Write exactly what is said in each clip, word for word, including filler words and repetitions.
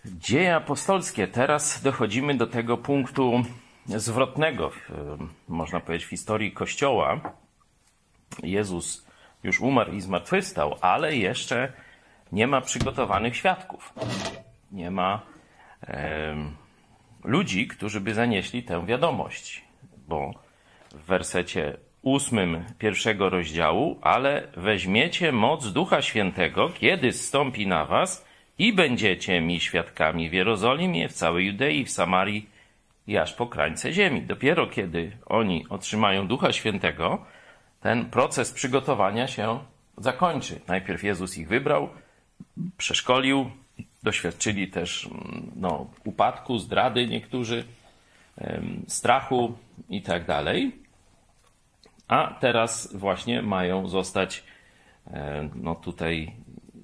Dzieje apostolskie. Teraz dochodzimy do tego punktu zwrotnego, można powiedzieć, w historii Kościoła. Jezus już umarł i zmartwychwstał, ale jeszcze nie ma przygotowanych świadków. Nie ma e, ludzi, którzy by zanieśli tę wiadomość, bo w wersecie ósmym pierwszego rozdziału, ale weźmiecie moc Ducha Świętego, kiedy zstąpi na was i będziecie mi świadkami w Jerozolimie, w całej Judei, w Samarii i aż po krańce ziemi. Dopiero kiedy oni otrzymają Ducha Świętego, ten proces przygotowania się zakończy. Najpierw Jezus ich wybrał, przeszkolił, doświadczyli też no, upadku, zdrady niektórzy, strachu i tak dalej. A teraz właśnie mają zostać, no tutaj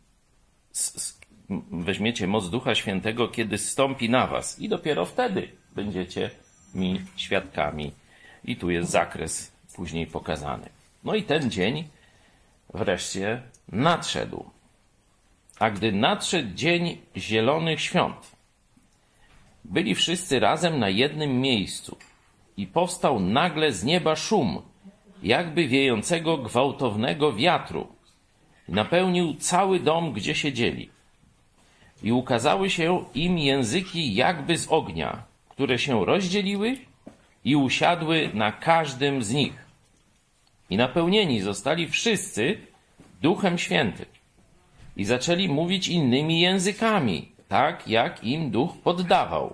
weźmiecie moc Ducha Świętego, kiedy zstąpi na was i dopiero wtedy będziecie mi świadkami. I tu jest zakres później pokazany. No i ten dzień wreszcie nadszedł. A gdy nadszedł dzień Zielonych Świąt, byli wszyscy razem na jednym miejscu i powstał nagle z nieba szum, jakby wiejącego gwałtownego wiatru. Napełnił cały dom, gdzie siedzieli. I ukazały się im języki jakby z ognia, które się rozdzieliły i usiadły na każdym z nich. I napełnieni zostali wszyscy Duchem Świętym. I zaczęli mówić innymi językami, tak jak im Duch poddawał.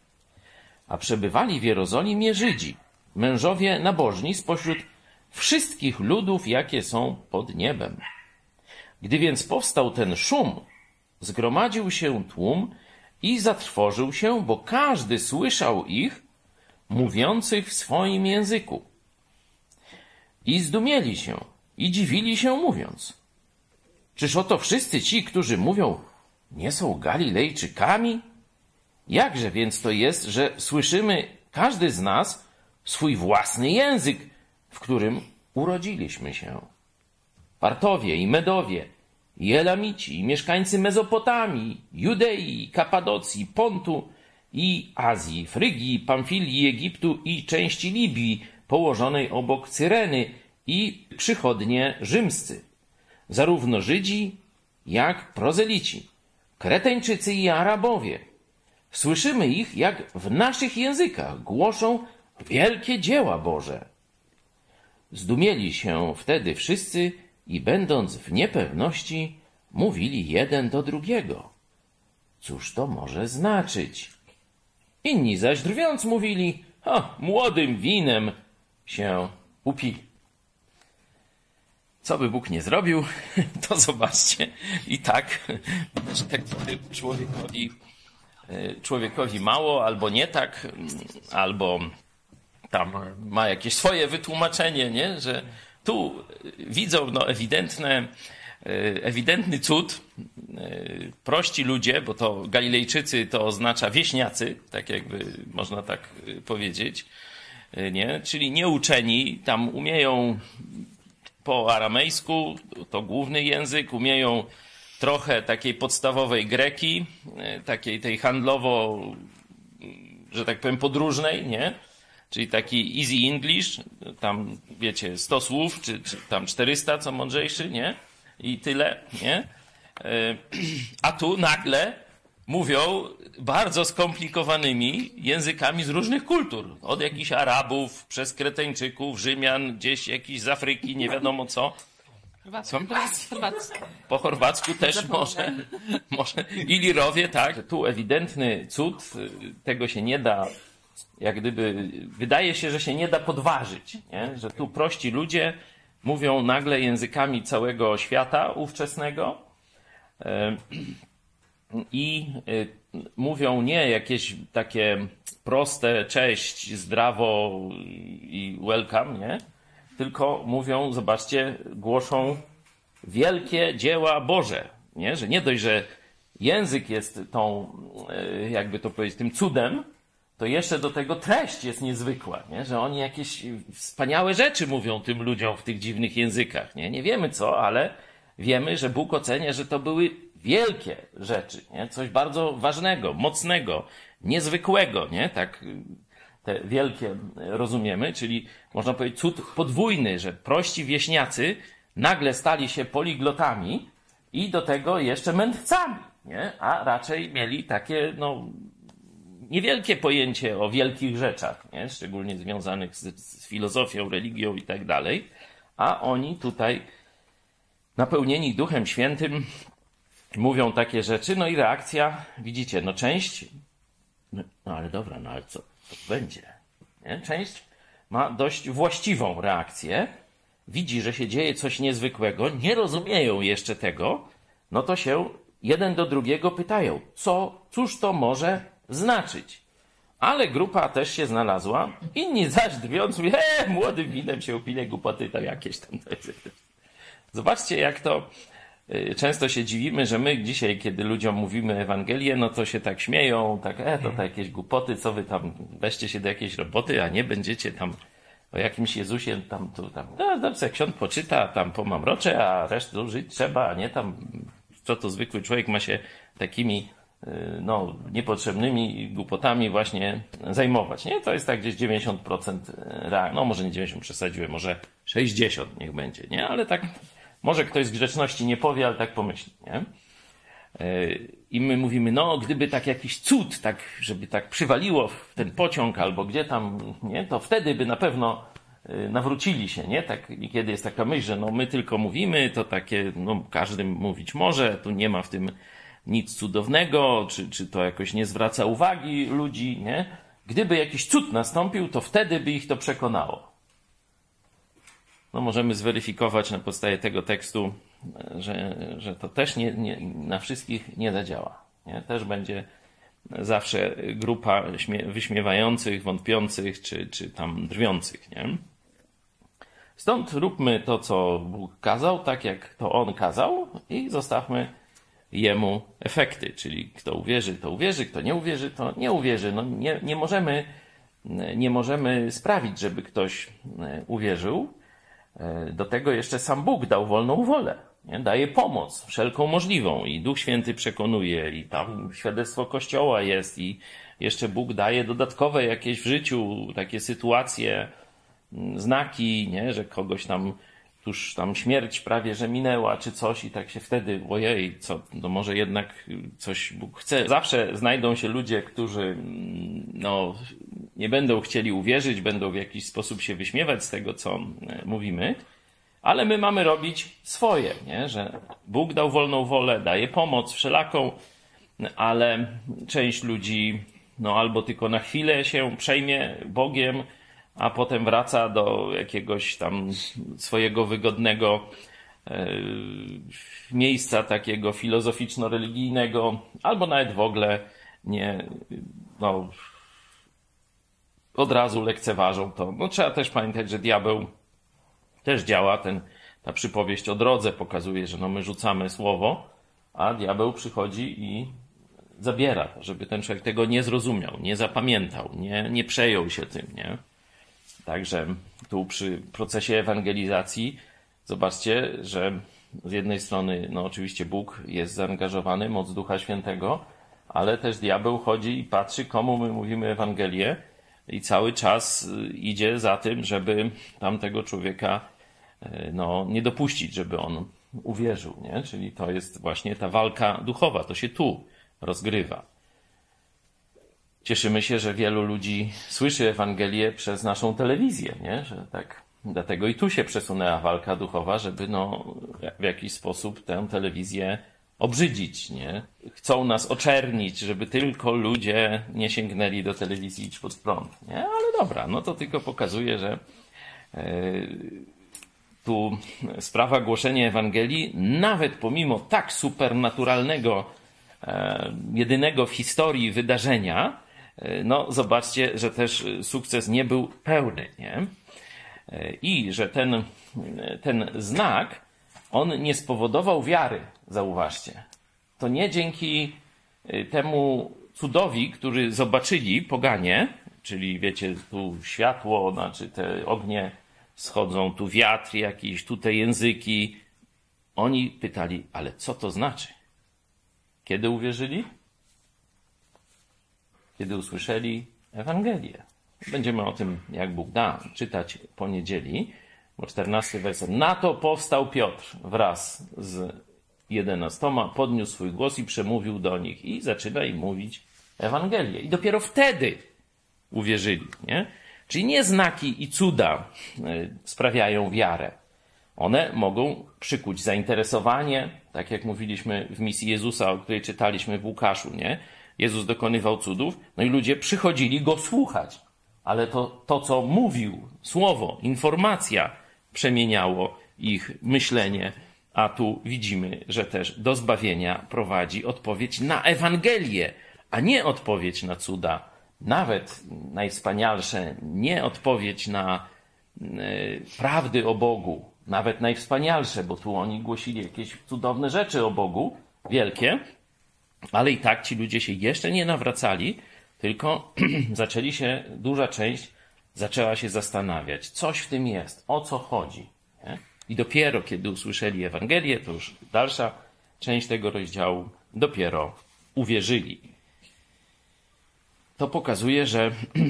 A przebywali w Jerozolimie Żydzi, mężowie nabożni spośród wszystkich ludów, jakie są pod niebem. Gdy więc powstał ten szum, zgromadził się tłum i zatrwożył się, bo każdy słyszał ich mówiących w swoim języku. I zdumieli się i dziwili się, mówiąc: czyż oto wszyscy ci, którzy mówią, nie są Galilejczykami? Jakże więc to jest, że słyszymy każdy z nas swój własny język, w którym urodziliśmy się? Partowie i Medowie, i Elamici, i mieszkańcy Mezopotamii, Judei, Kapadocji, Pontu i Azji, Frygii, Pamfilii, Egiptu i części Libii, położonej obok Cyreny, i przychodnie rzymscy, zarówno Żydzi, jak prozelici, Kreteńczycy i Arabowie. Słyszymy ich, jak w naszych językach głoszą wielkie dzieła Boże. Zdumieli się wtedy wszyscy i będąc w niepewności, mówili jeden do drugiego: cóż to może znaczyć? Inni zaś drwiąc mówili: o, młodym winem się upili. Co by Bóg nie zrobił, to zobaczcie, i tak, że tak człowiekowi, człowiekowi mało, albo nie tak, albo tam ma jakieś swoje wytłumaczenie, nie? Że tu widzą no, ewidentne, ewidentny cud. Prości ludzie, bo to Galilejczycy to oznacza wieśniacy, tak jakby można tak powiedzieć, nie? Czyli nieuczeni, tam umieją po aramejsku, to główny język, umieją trochę takiej podstawowej greki, takiej tej handlowo, że tak powiem, podróżnej, nie? Czyli taki easy English, tam wiecie, sto słów, czy, czy tam czterysta, co mądrzejszy, nie? I tyle, nie? A tu nagle mówią bardzo skomplikowanymi językami z różnych kultur. Od jakichś Arabów, przez Kreteńczyków, Rzymian, gdzieś jakiś z Afryki, nie wiadomo co. Co? Po chorwacku też może, może. I Lirowie, tak. Tu ewidentny cud, tego się nie da, jak gdyby, wydaje się, że się nie da podważyć, nie? Że tu prości ludzie mówią nagle językami całego świata ówczesnego i mówią nie jakieś takie proste cześć, zdrowo i welcome, nie? Tylko mówią, zobaczcie, głoszą wielkie dzieła Boże, nie? Że nie dość, że język jest tą, jakby to powiedzieć, tym cudem, to jeszcze do tego treść jest niezwykła, nie? Że oni jakieś wspaniałe rzeczy mówią tym ludziom w tych dziwnych językach, nie? Nie wiemy co, ale wiemy, że Bóg ocenia, że to były wielkie rzeczy, nie? Coś bardzo ważnego, mocnego, niezwykłego, nie? Tak te wielkie rozumiemy, czyli można powiedzieć cud podwójny, że prości wieśniacy nagle stali się poliglotami i do tego jeszcze mędrcami, nie? A raczej mieli takie, no, niewielkie pojęcie o wielkich rzeczach, nie? Szczególnie związanych z, z filozofią, religią i tak dalej, a oni tutaj napełnieni Duchem Świętym mówią takie rzeczy, no i reakcja, widzicie, no część, no, no ale dobra, no ale co to będzie, nie? Część ma dość właściwą reakcję, widzi, że się dzieje coś niezwykłego, nie rozumieją jeszcze tego, no to się jeden do drugiego pytają, co, cóż to może znaczyć. Ale grupa też się znalazła, inni zaś drwiąc, mówią, e, młodym winem się upije, głupoty to jakieś tam. Zobaczcie, jak to często się dziwimy, że my dzisiaj, kiedy ludziom mówimy Ewangelię, no to się tak śmieją, tak, e, to, to jakieś głupoty, co wy tam, weźcie się do jakiejś roboty, a nie będziecie tam o jakimś Jezusie tam, tu, tam, no dobrze, ksiądz poczyta, tam pomamrocze, a resztę żyć trzeba, a nie tam, co to zwykły człowiek ma się takimi, no, niepotrzebnymi głupotami właśnie zajmować, nie? To jest tak gdzieś dziewięćdziesiąt procent reakcji, no może nie dziewięćdziesiąt przesadziłem, może sześćdziesiąt niech będzie, nie? Ale tak, może ktoś z grzeczności nie powie, ale tak pomyśli, nie? I my mówimy, no gdyby tak jakiś cud, tak, żeby tak przywaliło w ten pociąg albo gdzie tam, nie? To wtedy by na pewno nawrócili się, nie? Tak, niekiedy jest taka myśl, że no my tylko mówimy, to takie, no każdy mówić może, tu nie ma w tym nic cudownego, czy, czy to jakoś nie zwraca uwagi ludzi, nie? Gdyby jakiś cud nastąpił, to wtedy by ich to przekonało. No możemy zweryfikować na podstawie tego tekstu, że, że to też nie, nie, na wszystkich nie zadziała. Nie? Też będzie zawsze grupa wyśmiewających, wątpiących, czy, czy tam drwiących. Nie? Stąd róbmy to, co Bóg kazał, tak jak to On kazał i zostawmy Jemu efekty. Czyli kto uwierzy, to uwierzy, kto nie uwierzy, to nie uwierzy. No nie, nie możemy, nie możemy sprawić, żeby ktoś uwierzył. Do tego jeszcze sam Bóg dał wolną wolę. Nie? Daje pomoc wszelką możliwą i Duch Święty przekonuje i tam świadectwo Kościoła jest i jeszcze Bóg daje dodatkowe jakieś w życiu takie sytuacje, znaki, nie? Że kogoś tam tuż tam śmierć prawie, że minęła czy coś i tak się wtedy, ojej, co, no może jednak coś Bóg chce. Zawsze znajdą się ludzie, którzy no, nie będą chcieli uwierzyć, będą w jakiś sposób się wyśmiewać z tego, co mówimy, ale my mamy robić swoje, nie? Że Bóg dał wolną wolę, daje pomoc wszelaką, ale część ludzi no, albo tylko na chwilę się przejmie Bogiem, a potem wraca do jakiegoś tam swojego wygodnego e, miejsca takiego filozoficzno-religijnego, albo nawet w ogóle nie, no, od razu lekceważą to. No, trzeba też pamiętać, że diabeł też działa. Ten, ta przypowieść o drodze pokazuje, że no, my rzucamy słowo, a diabeł przychodzi i zabiera to, żeby ten człowiek tego nie zrozumiał, nie zapamiętał, nie, nie przejął się tym, nie? Także tu przy procesie ewangelizacji zobaczcie, że z jednej strony no oczywiście Bóg jest zaangażowany, moc Ducha Świętego, ale też diabeł chodzi i patrzy, komu my mówimy Ewangelię i cały czas idzie za tym, żeby tamtego człowieka no, nie dopuścić, żeby on uwierzył, nie? Czyli to jest właśnie ta walka duchowa, to się tu rozgrywa. Cieszymy się, że wielu ludzi słyszy Ewangelię przez naszą telewizję, nie? Że tak, dlatego i tu się przesunęła walka duchowa, żeby no, w jakiś sposób tę telewizję obrzydzić, nie? Chcą nas oczernić, żeby tylko ludzie nie sięgnęli do telewizji idź pod prąd, nie? Ale dobra, no to tylko pokazuje, że yy, tu sprawa głoszenia Ewangelii, nawet pomimo tak supernaturalnego, yy, jedynego w historii wydarzenia, no zobaczcie, że też sukces nie był pełny, nie? I że ten, ten znak, on nie spowodował wiary, zauważcie. To nie dzięki temu cudowi, który zobaczyli poganie, czyli wiecie, tu światło, znaczy te ognie schodzą, tu wiatr jakiś, tu te języki. Oni pytali, ale co to znaczy? Kiedy uwierzyli? Kiedy usłyszeli Ewangelię. Będziemy o tym, jak Bóg da, czytać po niedzieli, bo czternasty werset. Na to powstał Piotr wraz z jedenastoma, podniósł swój głos i przemówił do nich i zaczyna im mówić Ewangelię. I dopiero wtedy uwierzyli, nie? Czyli nie znaki i cuda sprawiają wiarę. One mogą przykuć zainteresowanie, tak jak mówiliśmy w misji Jezusa, o której czytaliśmy w Łukaszu, nie? Jezus dokonywał cudów, no i ludzie przychodzili Go słuchać. Ale to, to co mówił, słowo, informacja przemieniało ich myślenie, a tu widzimy, że też do zbawienia prowadzi odpowiedź na Ewangelię, a nie odpowiedź na cuda, nawet najwspanialsze, nie odpowiedź na y, prawdy o Bogu, nawet najwspanialsze, bo tu oni głosili jakieś cudowne rzeczy o Bogu, wielkie, ale i tak ci ludzie się jeszcze nie nawracali, tylko zaczęli się, duża część zaczęła się zastanawiać, coś w tym jest, o co chodzi. Nie? I dopiero kiedy usłyszeli Ewangelię, to już dalsza część tego rozdziału, dopiero uwierzyli. To pokazuje, że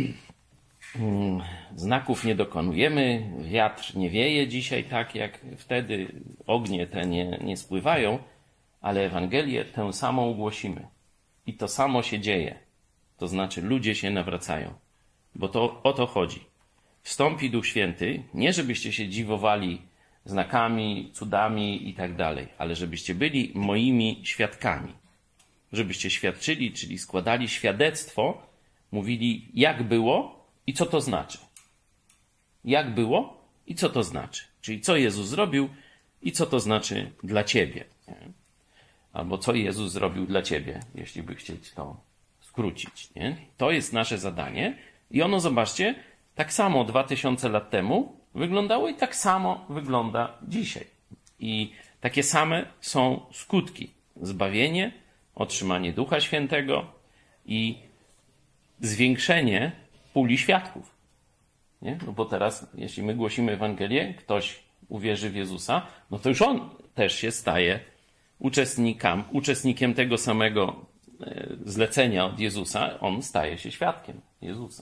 znaków nie dokonujemy, wiatr nie wieje dzisiaj tak jak wtedy, ognie te nie, nie spływają, ale Ewangelię tę samą głosimy. I to samo się dzieje. To znaczy ludzie się nawracają. Bo to o to chodzi. Wstąpi Duch Święty, nie żebyście się dziwowali znakami, cudami i tak dalej, ale żebyście byli moimi świadkami. Żebyście świadczyli, czyli składali świadectwo, mówili jak było i co to znaczy. Jak było i co to znaczy. Czyli co Jezus zrobił i co to znaczy dla ciebie. Nie? Albo co Jezus zrobił dla ciebie, jeśli by chcieć to skrócić. Nie? To jest nasze zadanie i ono, zobaczcie, tak samo dwa tysiące lat temu wyglądało i tak samo wygląda dzisiaj. I takie same są skutki. Zbawienie, otrzymanie Ducha Świętego i zwiększenie puli świadków. Nie? No bo teraz, jeśli my głosimy Ewangelię, ktoś uwierzy w Jezusa, no to już on też się staje uczestnikiem, uczestnikiem tego samego zlecenia od Jezusa. On staje się świadkiem Jezusa.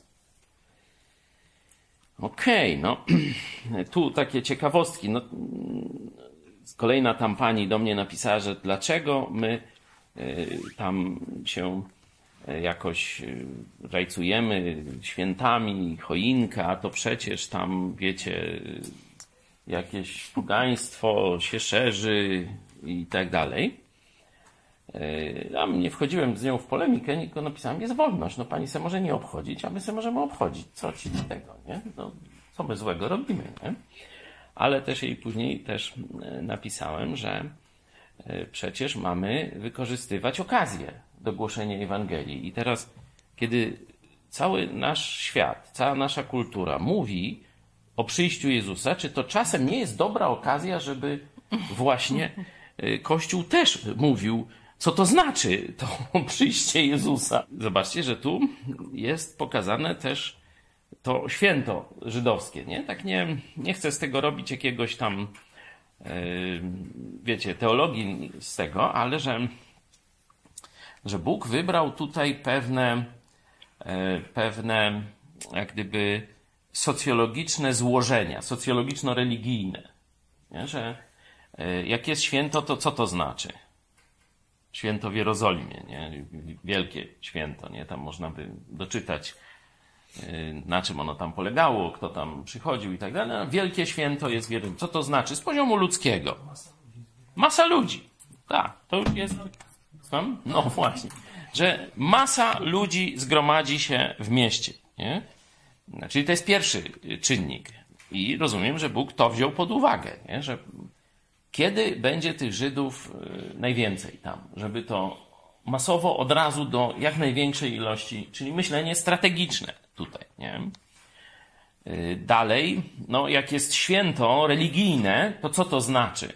Okej, okay, no tu takie ciekawostki. No, kolejna tam pani do mnie napisała, że dlaczego my y, tam się jakoś rajcujemy świętami, choinka, a to przecież tam, wiecie, jakieś pogaństwo się szerzy i tak dalej. A nie wchodziłem z nią w polemikę, tylko napisałem, jest wolność, no pani se może nie obchodzić, a my se możemy obchodzić. Co ci z tego, nie? No, co my złego robimy, nie? Ale też jej później też napisałem, że przecież mamy wykorzystywać okazję do głoszenia Ewangelii. I teraz, kiedy cały nasz świat, cała nasza kultura mówi o przyjściu Jezusa, czy to czasem nie jest dobra okazja, żeby właśnie Kościół też mówił, co to znaczy to przyjście Jezusa. Zobaczcie, że tu jest pokazane też to święto żydowskie. Nie, tak nie, nie chcę z tego robić jakiegoś tam, wiecie, teologii z tego, ale że, że Bóg wybrał tutaj pewne, pewne jak gdyby socjologiczne złożenia, socjologiczno-religijne. Nie? Że jak jest święto, to co to znaczy? Święto w Jerozolimie, nie? Wielkie święto, nie? Tam można by doczytać, na czym ono tam polegało, kto tam przychodził i tak dalej. Wielkie święto jest w Jerozolimie. Co to znaczy? Z poziomu ludzkiego. Masa ludzi. Tak, to już jest... Tam? No właśnie. Że masa ludzi zgromadzi się w mieście, nie? Czyli to jest pierwszy czynnik. I rozumiem, że Bóg to wziął pod uwagę, nie? Że kiedy będzie tych Żydów najwięcej tam, żeby to masowo od razu do jak największej ilości, czyli myślenie strategiczne tutaj, nie? Dalej, no jak jest święto religijne, to co to znaczy?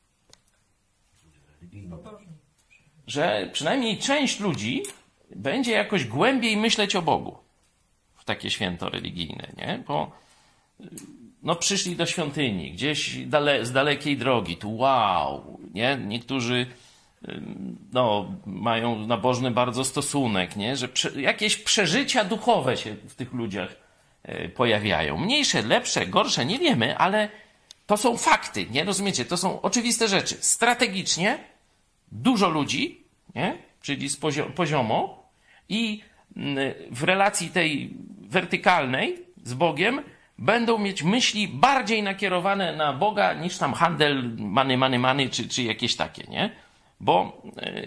Że przynajmniej część ludzi będzie jakoś głębiej myśleć o Bogu w takie święto religijne, nie? Bo no przyszli do świątyni, gdzieś dale, z dalekiej drogi, tu wow, nie? Niektórzy no, mają nabożny bardzo stosunek, nie? Że prze, jakieś przeżycia duchowe się w tych ludziach pojawiają. Mniejsze, lepsze, gorsze, nie wiemy, ale to są fakty, nie? Rozumiecie? To są oczywiste rzeczy. Strategicznie dużo ludzi, nie? Czyli z pozio- poziomo i w relacji tej wertykalnej z Bogiem będą mieć myśli bardziej nakierowane na Boga niż tam handel, many, many, many, czy, czy jakieś takie, nie? Bo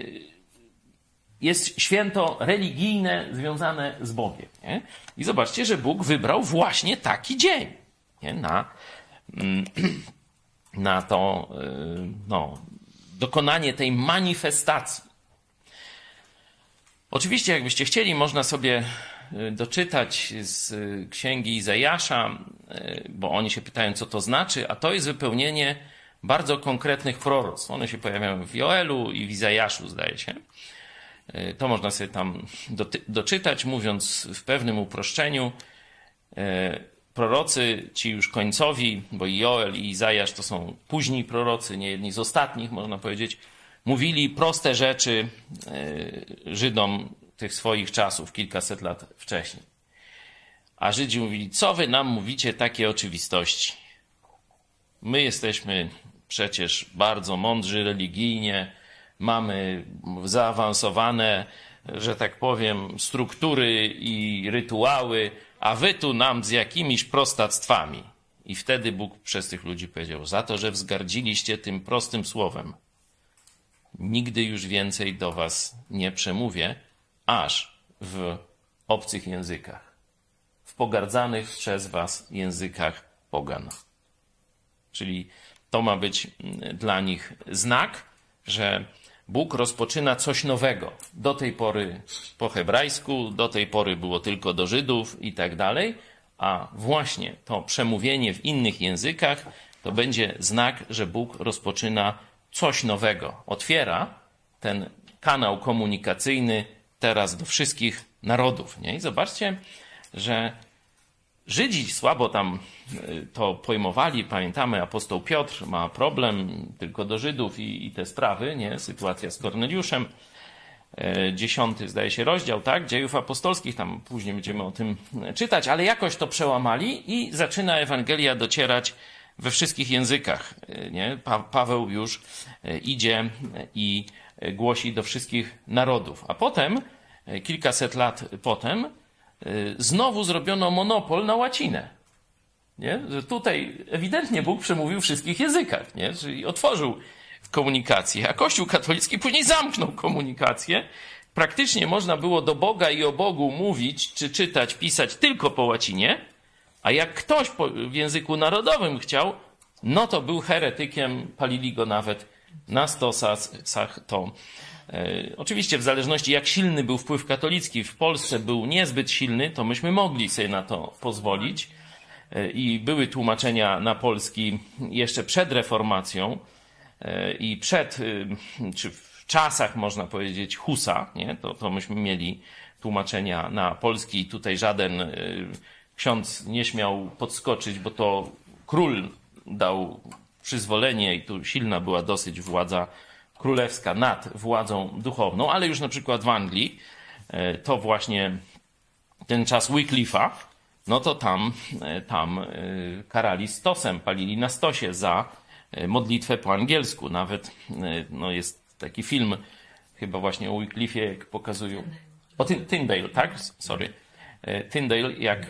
jest święto religijne związane z Bogiem, nie? I zobaczcie, że Bóg wybrał właśnie taki dzień, nie? Na, na to, no, dokonanie tej manifestacji. Oczywiście, jakbyście chcieli, można sobie doczytać z księgi Izajasza, bo oni się pytają, co to znaczy, a to jest wypełnienie bardzo konkretnych proroctw. One się pojawiają w Joelu i w Izajaszu, zdaje się. To można sobie tam doczytać, mówiąc w pewnym uproszczeniu. Prorocy, ci już końcowi, bo i Joel i Izajasz to są późni prorocy, nie jedni z ostatnich, można powiedzieć, mówili proste rzeczy Żydom tych swoich czasów, kilkaset lat wcześniej. A Żydzi mówili, co wy nam mówicie takie oczywistości? My jesteśmy przecież bardzo mądrzy religijnie, mamy zaawansowane, że tak powiem, struktury i rytuały, a wy tu nam z jakimiś prostactwami. I wtedy Bóg przez tych ludzi powiedział, za to, że wzgardziliście tym prostym słowem, nigdy już więcej do was nie przemówię, aż w obcych językach, w pogardzanych przez was językach pogan. Czyli to ma być dla nich znak, że Bóg rozpoczyna coś nowego. Do tej pory po hebrajsku, do tej pory było tylko do Żydów i tak dalej, a właśnie to przemówienie w innych językach to będzie znak, że Bóg rozpoczyna coś nowego. Otwiera ten kanał komunikacyjny teraz do wszystkich narodów. Nie? I zobaczcie, że Żydzi słabo tam to pojmowali. Pamiętamy, apostoł Piotr ma problem tylko do Żydów i, i te sprawy, nie? Sytuacja z Korneliuszem. Dziesiąty, zdaje się, rozdział, tak? Dziejów apostolskich, tam później będziemy o tym czytać, ale jakoś to przełamali i zaczyna Ewangelia docierać we wszystkich językach, nie? Pa- Paweł już idzie i głosi do wszystkich narodów. A potem, kilkaset lat potem, znowu zrobiono monopol na łacinę. Nie? Że tutaj ewidentnie Bóg przemówił w wszystkich językach, nie? Czyli otworzył komunikację, a Kościół katolicki później zamknął komunikację. Praktycznie można było do Boga i o Bogu mówić, czy czytać, pisać tylko po łacinie, a jak ktoś po, w języku narodowym chciał, no to był heretykiem, palili go nawet na stosach. To e, oczywiście w zależności jak silny był wpływ katolicki w Polsce był niezbyt silny, to myśmy mogli sobie na to pozwolić e, i były tłumaczenia na polski jeszcze przed reformacją e, i przed, e, czy w czasach można powiedzieć Husa, nie? To, to myśmy mieli tłumaczenia na polski i tutaj żaden e, ksiądz nie śmiał podskoczyć, bo to król dał przyzwolenie i tu silna była dosyć władza królewska nad władzą duchowną, ale już na przykład w Anglii to właśnie ten czas Wycliffe'a, no to tam, tam karali stosem, palili na stosie za modlitwę po angielsku. Nawet no jest taki film chyba właśnie o Wycliffie, jak pokazują. O Tyndale, tak? Sorry. Tyndale, jak,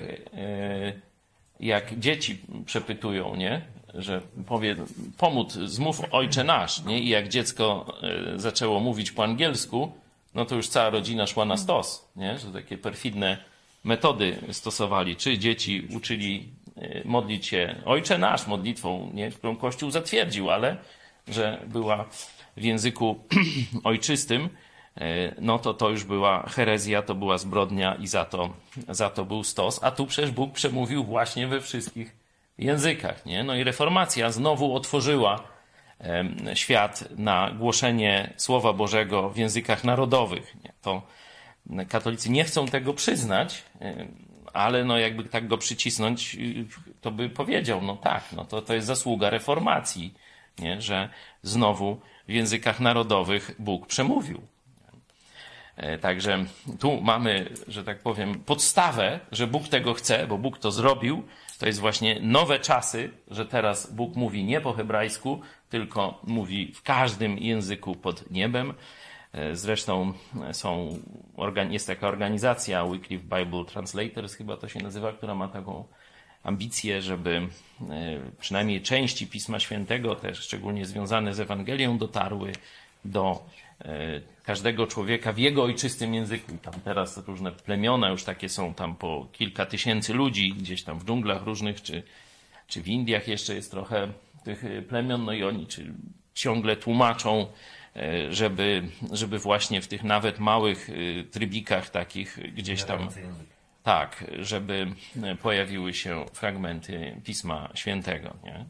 jak dzieci przepytują, nie? Że powie, pomóc, zmów Ojcze Nasz, nie? I jak dziecko zaczęło mówić po angielsku, no to już cała rodzina szła na stos, nie? Że takie perfidne metody stosowali. Czy dzieci uczyli modlić się Ojcze Nasz modlitwą, nie? Którą Kościół zatwierdził, ale że była w języku ojczystym, no to to już była herezja, to była zbrodnia i za to, za to był stos. A tu przecież Bóg przemówił właśnie we wszystkich językach, nie? No i reformacja znowu otworzyła świat na głoszenie Słowa Bożego w językach narodowych. Nie? To katolicy nie chcą tego przyznać, ale no jakby tak go przycisnąć, to by powiedział, no tak, no to, to jest zasługa reformacji. nie? Że znowu w językach narodowych Bóg przemówił. Także tu mamy, że tak powiem, podstawę, że Bóg tego chce, bo Bóg to zrobił. To jest właśnie nowe czasy, że teraz Bóg mówi nie po hebrajsku, tylko mówi w każdym języku pod niebem. Zresztą są, jest taka organizacja Wycliffe Bible Translators, chyba to się nazywa, która ma taką ambicję, żeby przynajmniej części Pisma Świętego, też szczególnie związane z Ewangelią, dotarły do każdego człowieka w jego ojczystym języku. I tam teraz różne plemiona już takie są, tam po kilka tysięcy ludzi, gdzieś tam w dżunglach różnych, czy, czy w Indiach jeszcze jest trochę tych plemion, no i oni czy ciągle tłumaczą, żeby, żeby właśnie w tych nawet małych trybikach takich gdzieś tam, tak, żeby pojawiły się fragmenty Pisma Świętego, nie?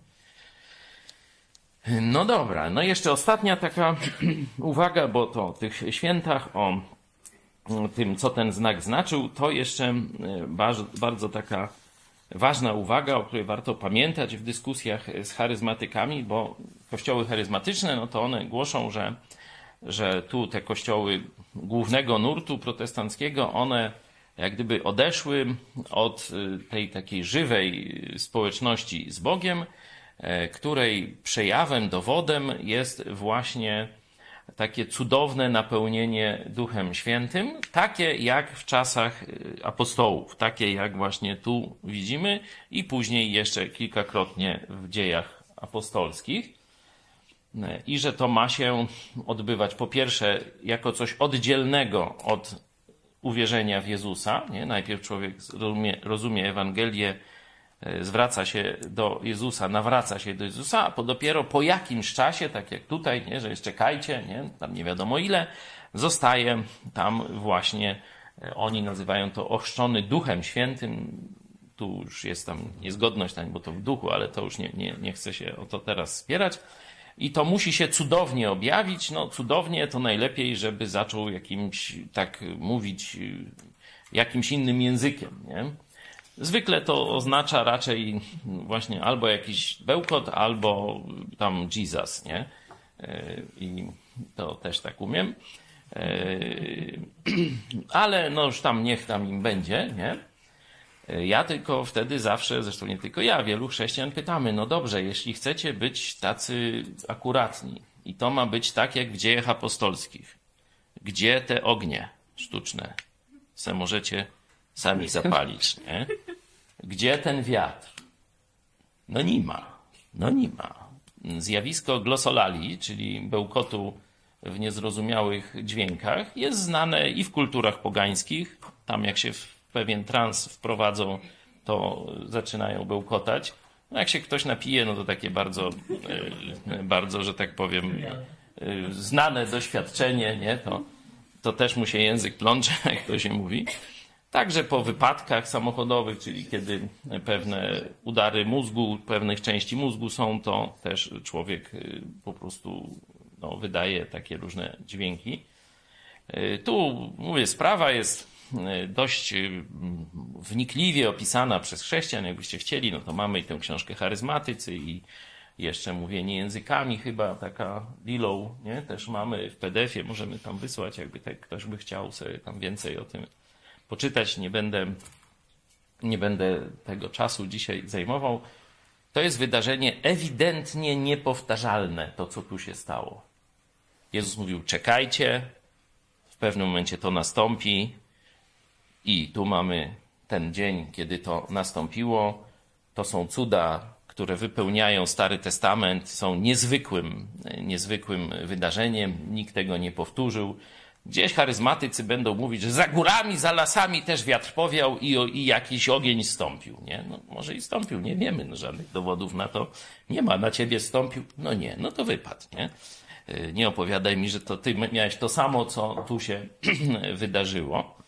No dobra, no jeszcze ostatnia taka uwaga, bo to o tych świętach, o tym, co ten znak znaczył, to jeszcze bardzo, bardzo taka ważna uwaga, o której warto pamiętać w dyskusjach z charyzmatykami, bo kościoły charyzmatyczne, no to one głoszą, że, że tu te kościoły głównego nurtu protestanckiego, one jak gdyby odeszły od tej takiej żywej społeczności z Bogiem, której przejawem, dowodem jest właśnie takie cudowne napełnienie Duchem Świętym, takie jak w czasach apostołów, takie jak właśnie tu widzimy i później jeszcze kilkakrotnie w dziejach apostolskich. I że to ma się odbywać po pierwsze jako coś oddzielnego od uwierzenia w Jezusa. Nie? Najpierw człowiek rozumie, rozumie Ewangelię, zwraca się do Jezusa, nawraca się do Jezusa, a po dopiero po jakimś czasie, tak jak tutaj, nie, że jeszcze czekajcie, nie, tam nie wiadomo ile, zostaje tam właśnie, oni nazywają to ochrzczony Duchem Świętym. Tu już jest tam niezgodność, bo to w duchu, ale to już nie, nie, nie chcę się o to teraz spierać. I to musi się cudownie objawić. No cudownie to najlepiej, żeby zaczął jakimś, tak mówić, jakimś innym językiem, nie? Zwykle to oznacza raczej właśnie albo jakiś bełkot, albo tam Jesus, nie? I to też tak umiem. Ale no już tam niech tam im będzie, nie? Ja tylko wtedy zawsze, zresztą nie tylko ja, wielu chrześcijan pytamy, no dobrze, jeśli chcecie być tacy akuratni i to ma być tak jak w dziejach apostolskich, gdzie te ognie sztuczne se możecie sami zapalić, nie? Gdzie ten wiatr? No nie ma, no nie ma. Zjawisko glosolalia, czyli bełkotu w niezrozumiałych dźwiękach, jest znane i w kulturach pogańskich. Tam jak się w pewien trans wprowadzą, to zaczynają bełkotać. No jak się ktoś napije, no to takie bardzo, bardzo, że tak powiem, znane doświadczenie, nie? To, to też mu się język plącze, jak to się mówi. Także po wypadkach samochodowych, czyli kiedy pewne udary mózgu, pewnych części mózgu są, to też człowiek po prostu no, wydaje takie różne dźwięki. Tu, mówię, sprawa jest dość wnikliwie opisana przez chrześcijan. Jakbyście chcieli, no to mamy i tę książkę Charyzmatycy i jeszcze mówienie językami chyba, taka Lillow, nie? Też mamy w P D F-ie, możemy tam wysłać, jakby tak ktoś by chciał sobie tam więcej o tym poczytać. Nie będę, nie będę tego czasu dzisiaj zajmował. To jest wydarzenie ewidentnie niepowtarzalne, to co tu się stało. Jezus mówił, czekajcie, w pewnym momencie to nastąpi i tu mamy ten dzień, kiedy to nastąpiło. To są cuda, które wypełniają Stary Testament, są niezwykłym, niezwykłym wydarzeniem. Nikt tego nie powtórzył. Gdzieś charyzmatycy będą mówić, że za górami, za lasami też wiatr powiał i, i jakiś ogień stąpił. Nie? No, może i stąpił, nie wiemy, no, żadnych dowodów na to nie ma. Na ciebie stąpił? No nie, no to wypadł. Nie, nie opowiadaj mi, że to ty miałeś to samo, co tu się wydarzyło.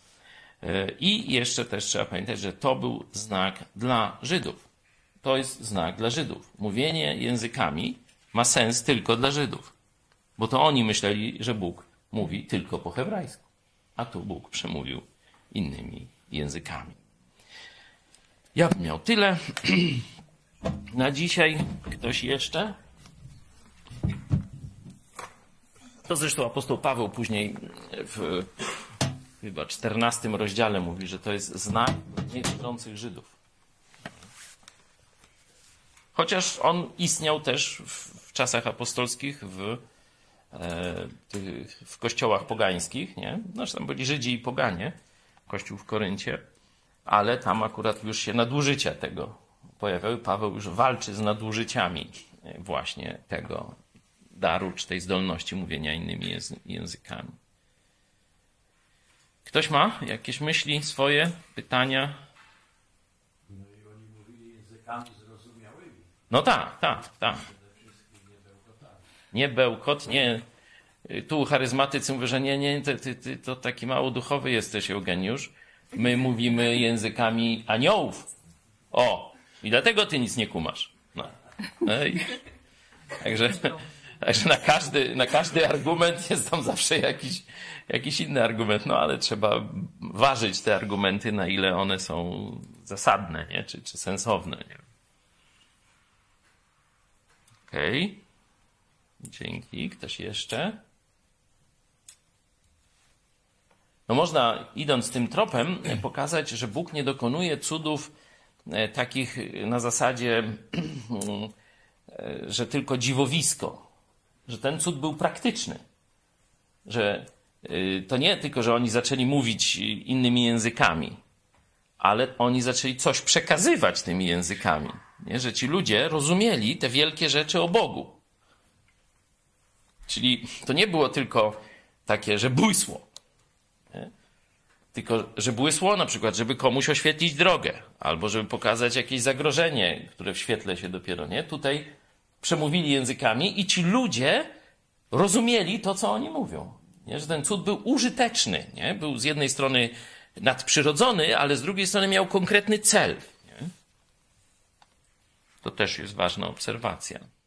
I jeszcze też trzeba pamiętać, że to był znak dla Żydów. To jest znak dla Żydów. Mówienie językami ma sens tylko dla Żydów. Bo to oni myśleli, że Bóg mówi tylko po hebrajsku. A tu Bóg przemówił innymi językami. Ja bym miał tyle na dzisiaj. Ktoś jeszcze? To zresztą apostoł Paweł później w chyba czternastym rozdziale mówi, że to jest znak niewierzących Żydów. Chociaż on istniał też w, w czasach apostolskich w, e, tych, w kościołach pogańskich, nie? Znaczy tam byli Żydzi i poganie, kościół w Koryncie, ale tam akurat już się nadużycia tego pojawiały. Paweł już walczy z nadużyciami właśnie tego daru, czy tej zdolności mówienia innymi językami. Ktoś ma jakieś myśli swoje, pytania? No i oni mówili językami zrozumiałymi. No tak, tak, tak. Nie bełkot, nie. Tu charyzmatycy mówią, że nie, nie, ty, ty, ty to taki mało duchowy jesteś, Eugeniusz. My mówimy językami aniołów. O, i dlatego ty nic nie kumasz. No. No i, także, także na każdy, na każdy argument jest tam zawsze jakiś, jakiś inny argument, no ale trzeba ważyć te argumenty, na ile one są zasadne, nie? Czy, czy sensowne. Nie? Okej. Okay. Dzięki. Ktoś jeszcze? No można, idąc tym tropem, pokazać, że Bóg nie dokonuje cudów takich na zasadzie, że tylko dziwowisko. Że ten cud był praktyczny. Że to nie tylko, że oni zaczęli mówić innymi językami, ale oni zaczęli coś przekazywać tymi językami. Nie? Że ci ludzie rozumieli te wielkie rzeczy o Bogu. Czyli to nie było tylko takie, że błysło. Nie? Tylko, że błysło na przykład, żeby komuś oświetlić drogę, albo żeby pokazać jakieś zagrożenie, które w świetle się dopiero, nie? Tutaj przemówili językami i ci ludzie rozumieli to, co oni mówią. Nie? Że ten cud był użyteczny. Nie? Był z jednej strony nadprzyrodzony, ale z drugiej strony miał konkretny cel. Nie? To też jest ważna obserwacja.